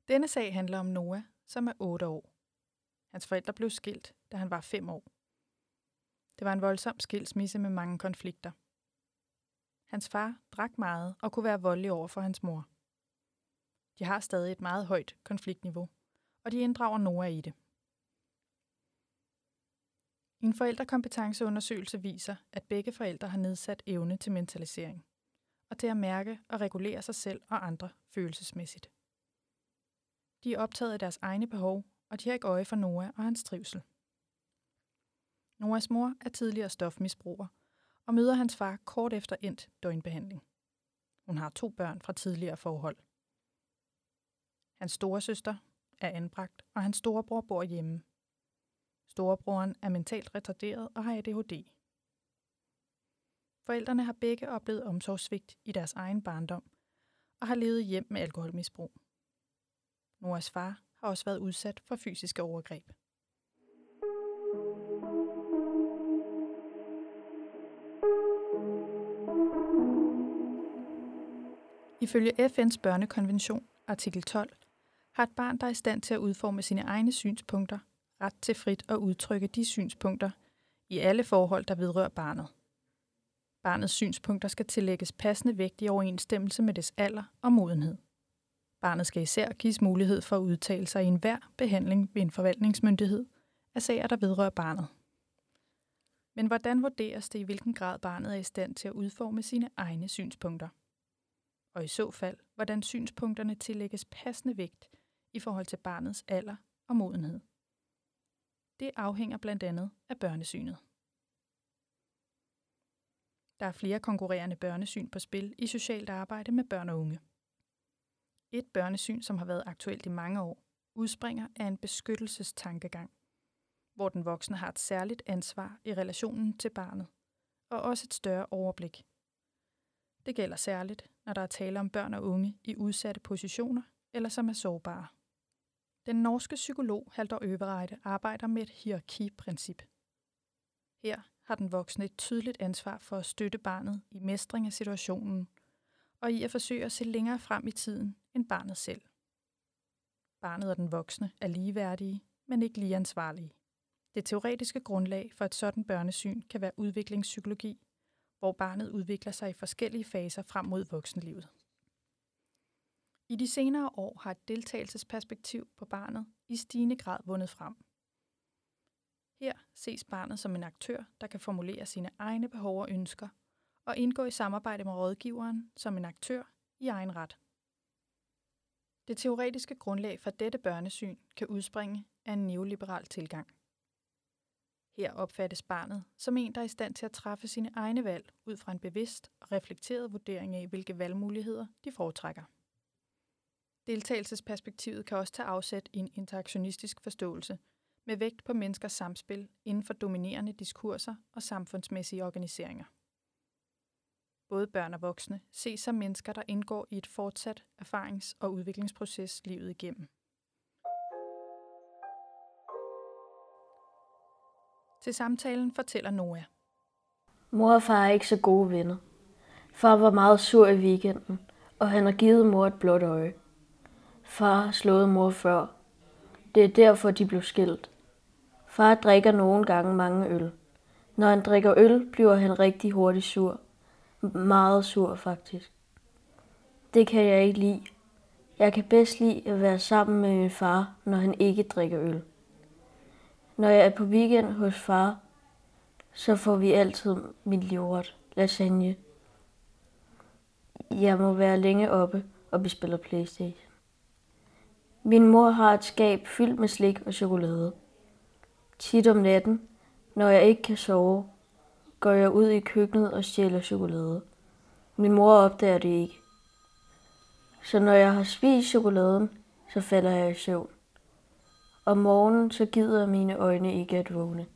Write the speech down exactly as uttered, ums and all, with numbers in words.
Denne sag handler om Noah, som er otte år. Hans forældre blev skilt, da han var fem år. Det var en voldsom skilsmisse med mange konflikter. Hans far drak meget og kunne være voldelig over for hans mor. De har stadig et meget højt konfliktniveau, og de inddrager Noah i det. En forældrekompetenceundersøgelse viser, at begge forældre har nedsat evne til mentalisering og til at mærke og regulere sig selv og andre følelsesmæssigt. De er optaget af deres egne behov, og de har ikke øje for Noah og hans trivsel. Noahs mor er tidligere stofmisbruger og møder hans far kort efter endt døgnbehandling. Hun har to børn fra tidligere forhold. Hans storesøster er anbragt, og hans storebror bor hjemme. Storebroren er mentalt retarderet og har A D H D. Forældrene har begge oplevet omsorgssvigt i deres egen barndom og har levet hjem med alkoholmisbrug. Noahs far har også været udsat for fysiske overgreb. Ifølge F N's børnekonvention, artikel tolv, har et barn, der er i stand til at udforme sine egne synspunkter, ret til frit at udtrykke de synspunkter i alle forhold, der vedrører barnet. Barnets synspunkter skal tillægges passende vægt i overensstemmelse med dets alder og modenhed. Barnet skal især gives mulighed for at udtale sig i enhver behandling ved en forvaltningsmyndighed af sager, der vedrører barnet. Men hvordan vurderes det, i hvilken grad barnet er i stand til at udforme sine egne synspunkter? Og i så fald, hvordan synspunkterne tillægges passende vægt i forhold til barnets alder og modenhed? Det afhænger blandt andet af børnesynet. Der er flere konkurrerende børnesyn på spil i socialt arbejde med børn og unge. Et børnesyn, som har været aktuelt i mange år, udspringer af en beskyttelsestankegang, hvor den voksne har et særligt ansvar i relationen til barnet, og også et større overblik. Det gælder særligt, når der er tale om børn og unge i udsatte positioner eller som er sårbare. Den norske psykolog Haldor Øvreide arbejder med et hierarkiprincip. Her har den voksne et tydeligt ansvar for at støtte barnet i mestring af situationen og i at forsøge at se længere frem i tiden end barnet selv. Barnet og den voksne er ligeværdige, men ikke lige ansvarlige. Det teoretiske grundlag for et sådan børnesyn kan være udviklingspsykologi, hvor barnet udvikler sig i forskellige faser frem mod voksenlivet. I de senere år har et deltagelsesperspektiv på barnet i stigende grad vundet frem. Her ses barnet som en aktør, der kan formulere sine egne behov og ønsker, og indgå i samarbejde med rådgiveren som en aktør i egen ret. Det teoretiske grundlag for dette børnesyn kan udspringe af en neoliberal tilgang. Her opfattes barnet som en, der er i stand til at træffe sine egne valg ud fra en bevidst og reflekteret vurdering af, hvilke valgmuligheder de foretrækker. Deltagelsesperspektivet kan også tage afsæt i en interaktionistisk forståelse, med vægt på menneskers samspil inden for dominerende diskurser og samfundsmæssige organiseringer. Både børn og voksne ses som mennesker, der indgår i et fortsat erfarings- og udviklingsproces livet igennem. Til samtalen fortæller Noah. Mor og far er ikke så gode venner. Far var meget sur i weekenden, og han har givet mor et blåt øje. Far har slået mor før. Det er derfor, de blev skilt. Far drikker nogle gange mange øl. Når han drikker øl, bliver han rigtig hurtigt sur. Meget sur, faktisk. Det kan jeg ikke lide. Jeg kan bedst lide at være sammen med min far, når han ikke drikker øl. Når jeg er på weekend hos far, så får vi altid min livret, lasagne. Jeg må være længe oppe, og vi spiller PlayStation. Min mor har et skab fyldt med slik og chokolade. Tit om natten, når jeg ikke kan sove, går jeg ud i køkkenet og stjæler chokolade. Min mor opdager det ikke. Så når jeg har spist chokoladen, så falder jeg i søvn. Om morgenen så gider mine øjne ikke at vågne.